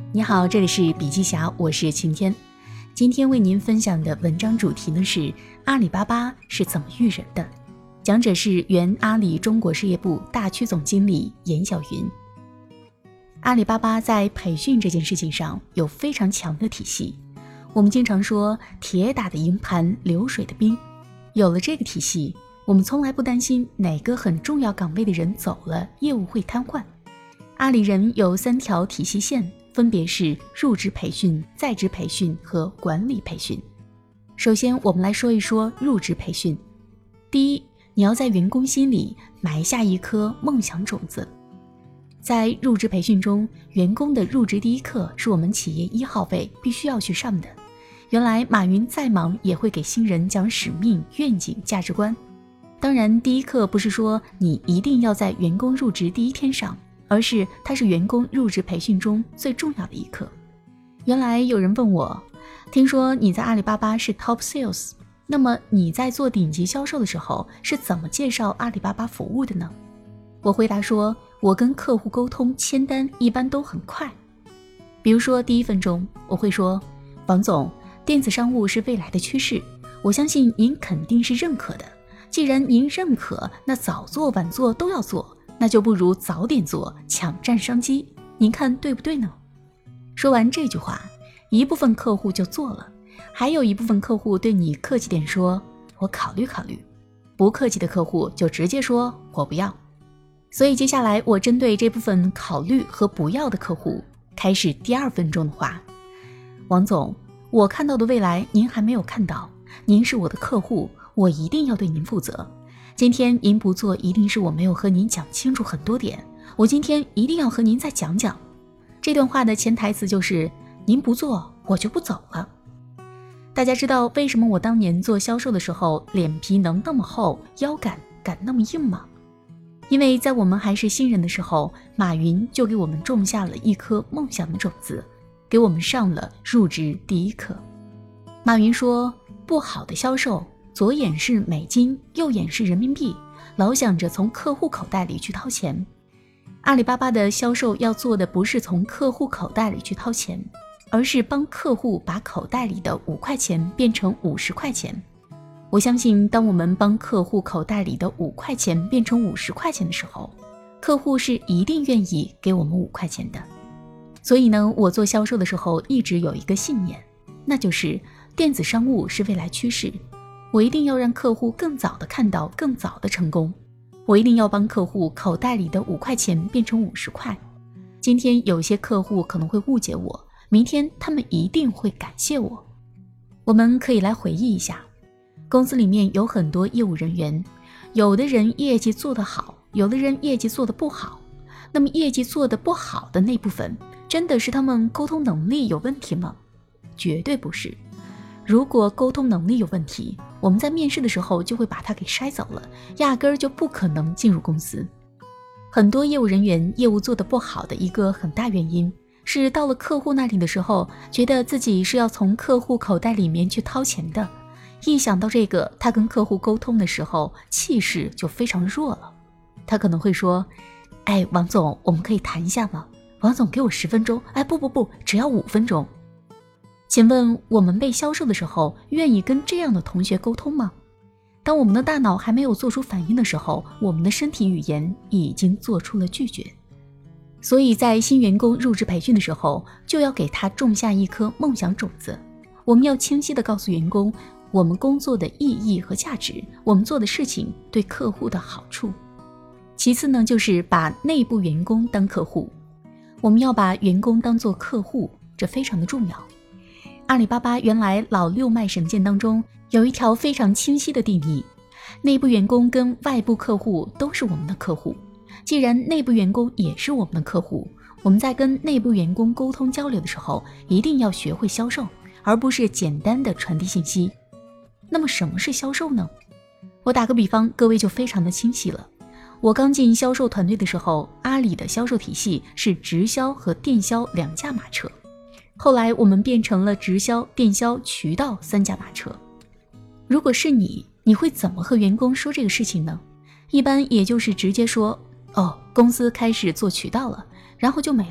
你好，这里是笔记侠，我是晴天。今天为您分享的文章主题呢是阿里巴巴是怎么育人的，讲者是原阿里中国事业部大区总经理严晓云。阿里巴巴在培训这件事情上有非常强的体系，我们经常说铁打的营盘流水的兵，有了这个体系，我们从来不担心哪个很重要岗位的人走了，业务会瘫痪。阿里人有3条体系线，分别是入职培训、在职培训和管理培训。首先我们来说一说入职培训。第一，你要在员工心里埋下一颗梦想种子。在入职培训中，员工的入职第一课是我们企业1号位必须要去上的。原来马云再忙也会给新人讲使命、愿景、价值观。当然，第一课不是说你一定要在员工入职第1天上，而是它是员工入职培训中最重要的一课。原来有人问我，听说你在阿里巴巴是 Top Sales， 那么你在做顶级销售的时候是怎么介绍阿里巴巴服务的呢？我回答说，我跟客户沟通签单一般都很快。比如说第1分钟，我会说，王总，电子商务是未来的趋势，我相信您肯定是认可的。既然您认可，那早做晚做都要做，那就不如早点做，抢占商机，您看对不对呢？说完这句话，一部分客户就做了，还有一部分客户对你客气点说，我考虑考虑，不客气的客户就直接说，我不要。所以接下来我针对这部分考虑和不要的客户，开始第2分钟的话。王总，我看到的未来您还没有看到，您是我的客户，我一定要对您负责。今天您不做，一定是我没有和您讲清楚很多点，我今天一定要和您再讲讲。这段话的潜台词就是，您不做，我就不走了。大家知道为什么我当年做销售的时候脸皮能那么厚，腰敢那么硬吗？因为在我们还是新人的时候，马云就给我们种下了一颗梦想的种子，给我们上了入职第1课。马云说，不好的销售左眼是美金，右眼是人民币，老想着从客户口袋里去掏钱。阿里巴巴的销售要做的不是从客户口袋里去掏钱，而是帮客户把口袋里的5块钱变成50块钱。我相信当我们帮客户口袋里的5块钱变成50块钱的时候，客户是一定愿意给我们5块钱的。所以呢，我做销售的时候一直有一个信念，那就是电子商务是未来趋势，我一定要让客户更早的看到更早的成功，我一定要帮客户口袋里的5块钱变成50块。今天有些客户可能会误解我，明天他们一定会感谢我。我们可以来回忆一下，公司里面有很多业务人员，有的人业绩做得好，有的人业绩做得不好。那么业绩做得不好的那部分，真的是他们沟通能力有问题吗？绝对不是。如果沟通能力有问题，我们在面试的时候就会把他给筛走了，压根儿就不可能进入公司。很多业务人员业务做得不好的一个很大原因，是到了客户那里的时候，觉得自己是要从客户口袋里面去掏钱的。一想到这个，他跟客户沟通的时候气势就非常弱了。他可能会说，哎，王总，我们可以谈一下吗？王总，给我10分钟。哎，不，只要5分钟。请问我们被销售的时候愿意跟这样的同学沟通吗？当我们的大脑还没有做出反应的时候，我们的身体语言已经做出了拒绝。所以在新员工入职培训的时候，就要给他种下一颗梦想种子。我们要清晰地告诉员工，我们工作的意义和价值，我们做的事情对客户的好处。其次呢，就是把内部员工当客户。我们要把员工当作客户，这非常的重要。阿里巴巴原来老6脉神剑当中有一条非常清晰的定义，内部员工跟外部客户都是我们的客户。既然内部员工也是我们的客户，我们在跟内部员工沟通交流的时候，一定要学会销售，而不是简单的传递信息。那么什么是销售呢？我打个比方，各位就非常的清晰了。我刚进销售团队的时候，阿里的销售体系是直销和电销2驾马车，后来我们变成了直销、电销、渠道3驾马车。如果是你会怎么和员工说这个事情呢？一般也就是直接说，公司开始做渠道了，然后就没了。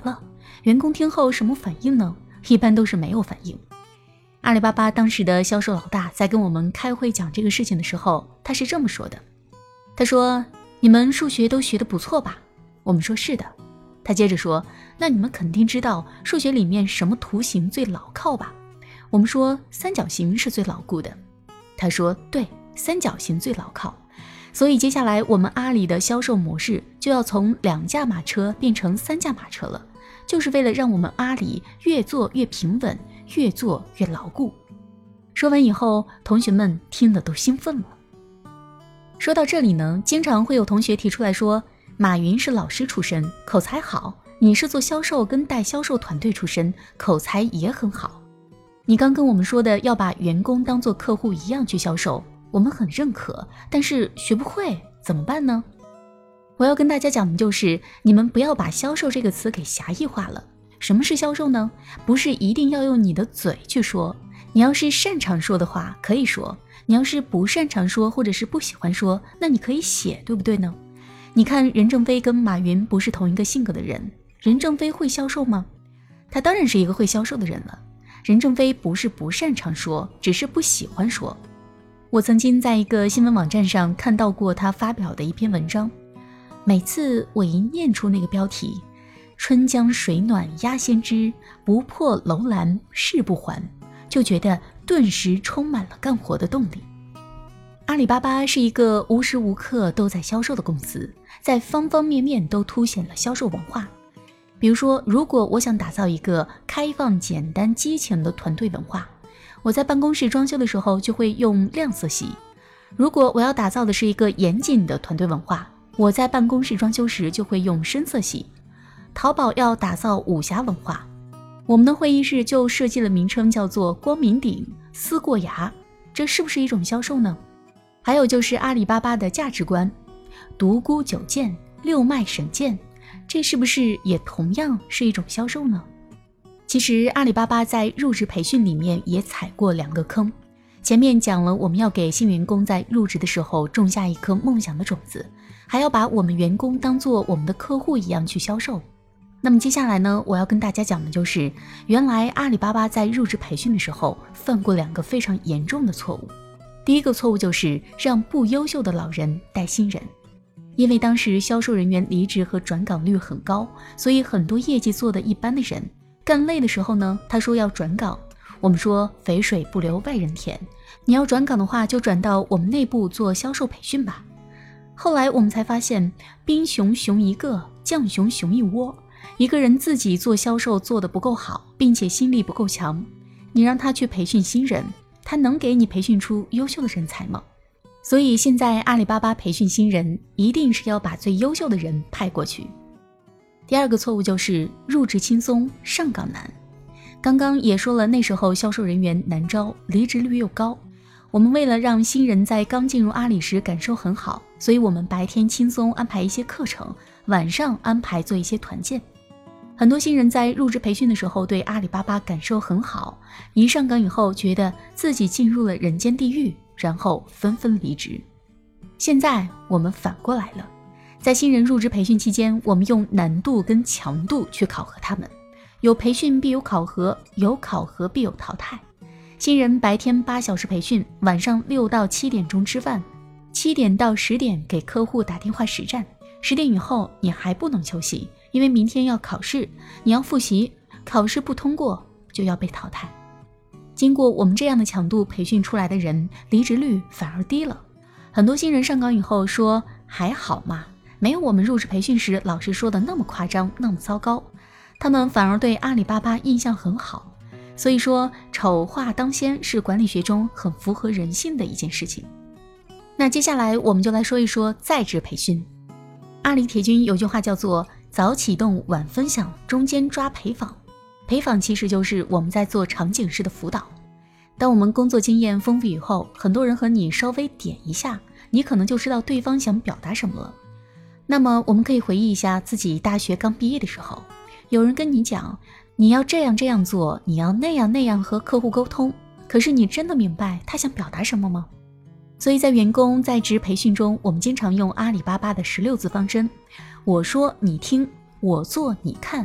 员工听后什么反应呢？一般都是没有反应。阿里巴巴当时的销售老大在跟我们开会讲这个事情的时候，他是这么说的。他说，你们数学都学得不错吧？我们说是的。他接着说，那你们肯定知道数学里面什么图形最牢靠吧？我们说三角形是最牢固的。他说对，三角形最牢靠。所以接下来我们阿里的销售模式就要从2驾马车变成3驾马车了，就是为了让我们阿里越做越平稳，越做越牢固。说完以后，同学们听得都兴奋了。说到这里呢，经常会有同学提出来说，马云是老师出身，口才好，你是做销售跟带销售团队出身，口才也很好。你刚跟我们说的要把员工当作客户一样去销售，我们很认可，但是学不会怎么办呢？我要跟大家讲的就是，你们不要把销售这个词给狭义化了。什么是销售呢？不是一定要用你的嘴去说，你要是擅长说的话可以说，你要是不擅长说或者是不喜欢说，那你可以写，对不对呢？你看任正非跟马云不是同一个性格的人，任正非会销售吗？他当然是一个会销售的人了。任正非不是不擅长说，只是不喜欢说。我曾经在一个新闻网站上看到过他发表的一篇文章，每次我一念出那个标题，春江水暖鸭先知，不破楼兰誓不还，就觉得顿时充满了干活的动力。阿里巴巴是一个无时无刻都在销售的公司，在方方面面都凸显了销售文化。比如说，如果我想打造一个开放、简单、激情的团队文化，我在办公室装修的时候就会用亮色系；如果我要打造的是一个严谨的团队文化，我在办公室装修时就会用深色系。淘宝要打造武侠文化，我们的会议室就设计了名称叫做光明顶、思过崖，这是不是一种销售呢？还有就是阿里巴巴的价值观，独孤九剑、六脉神剑，这是不是也同样是一种销售呢？其实阿里巴巴在入职培训里面也踩过2个坑。前面讲了我们要给新员工在入职的时候种下一颗梦想的种子，还要把我们员工当作我们的客户一样去销售。那么接下来呢，我要跟大家讲的就是原来阿里巴巴在入职培训的时候犯过2个非常严重的错误。第一个错误就是让不优秀的老人带新人。因为当时销售人员离职和转岗率很高，所以很多业绩做得一般的人干累的时候呢，他说要转岗。我们说肥水不流外人田，你要转岗的话就转到我们内部做销售培训吧。后来我们才发现，兵熊熊一个，将熊熊一窝。一个人自己做销售做得不够好，并且心力不够强，你让他去培训新人，他能给你培训出优秀的人才吗？所以现在阿里巴巴培训新人一定是要把最优秀的人派过去。第2个错误就是入职轻松，上岗难。刚刚也说了，那时候销售人员难招，离职率又高。我们为了让新人在刚进入阿里时感受很好，所以我们白天轻松安排一些课程，晚上安排做一些团建。很多新人在入职培训的时候对阿里巴巴感受很好，一上岗以后觉得自己进入了人间地狱，然后纷纷离职。现在我们反过来了，在新人入职培训期间，我们用难度跟强度去考核他们，有培训必有考核，有考核必有淘汰。新人白天8小时培训，晚上6到7点钟吃饭，7点到10点给客户打电话实战，10点以后你还不能休息，因为明天要考试，你要复习，考试不通过就要被淘汰。经过我们这样的强度培训出来的人，离职率反而低了。很多新人上岗以后说还好嘛，没有我们入职培训时老师说的那么夸张，那么糟糕，他们反而对阿里巴巴印象很好。所以说丑话当先是管理学中很符合人性的一件事情。那接下来我们就来说一说在职培训。阿里铁军有句话叫做早启动晚分享，中间抓陪访。陪访其实就是我们在做场景式的辅导。当我们工作经验丰富以后，很多人和你稍微点一下，你可能就知道对方想表达什么了。那么我们可以回忆一下自己大学刚毕业的时候，有人跟你讲你要这样这样做，你要那样那样和客户沟通，可是你真的明白他想表达什么吗？所以在员工在职培训中，我们经常用阿里巴巴的16字方针，我说你听，我做你看，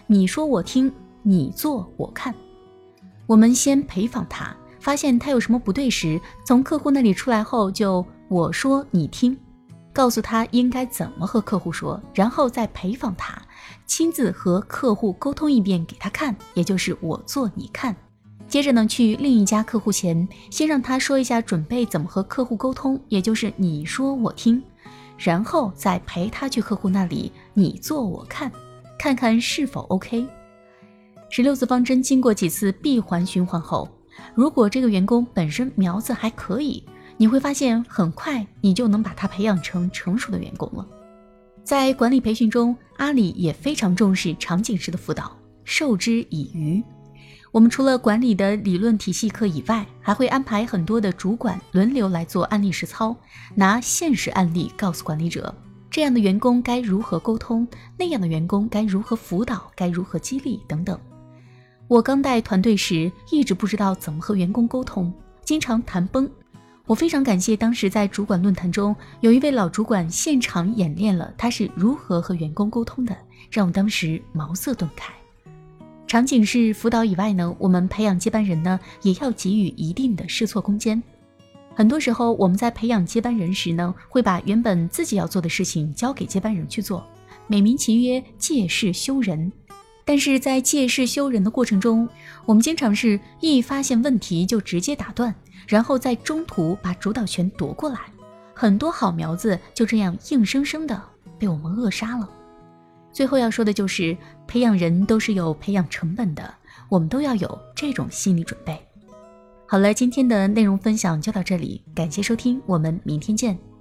你说我听，你做我看。我们先陪访他，发现他有什么不对时，从客户那里出来后就我说你听，告诉他应该怎么和客户说，然后再陪访他，亲自和客户沟通一遍给他看，也就是我做你看。接着呢，去另一家客户前，先让他说一下准备怎么和客户沟通，也就是你说我听，然后再陪他去客户那里，你做我看，看看是否 OK。16字方针经过几次闭环循环后，如果这个员工本身苗子还可以，你会发现很快你就能把他培养成成熟的员工了。在管理培训中，阿里也非常重视场景式的辅导，授之以渔。我们除了管理的理论体系课以外，还会安排很多的主管轮流来做案例实操，拿现实案例告诉管理者，这样的员工该如何沟通，那样的员工该如何辅导，该如何激励等等。我刚带团队时，一直不知道怎么和员工沟通，经常谈崩。我非常感谢当时在主管论坛中，有一位老主管现场演练了他是如何和员工沟通的，让我当时茅塞顿开。场景式辅导以外呢，我们培养接班人呢，也要给予一定的试错空间。很多时候我们在培养接班人时呢，会把原本自己要做的事情交给接班人去做，美名其曰借势修人。但是在借势修人的过程中，我们经常是一发现问题就直接打断，然后在中途把主导权夺过来，很多好苗子就这样硬生生的被我们扼杀了。最后要说的就是，培养人都是有培养成本的，我们都要有这种心理准备。好了，今天的内容分享就到这里，感谢收听，我们明天见。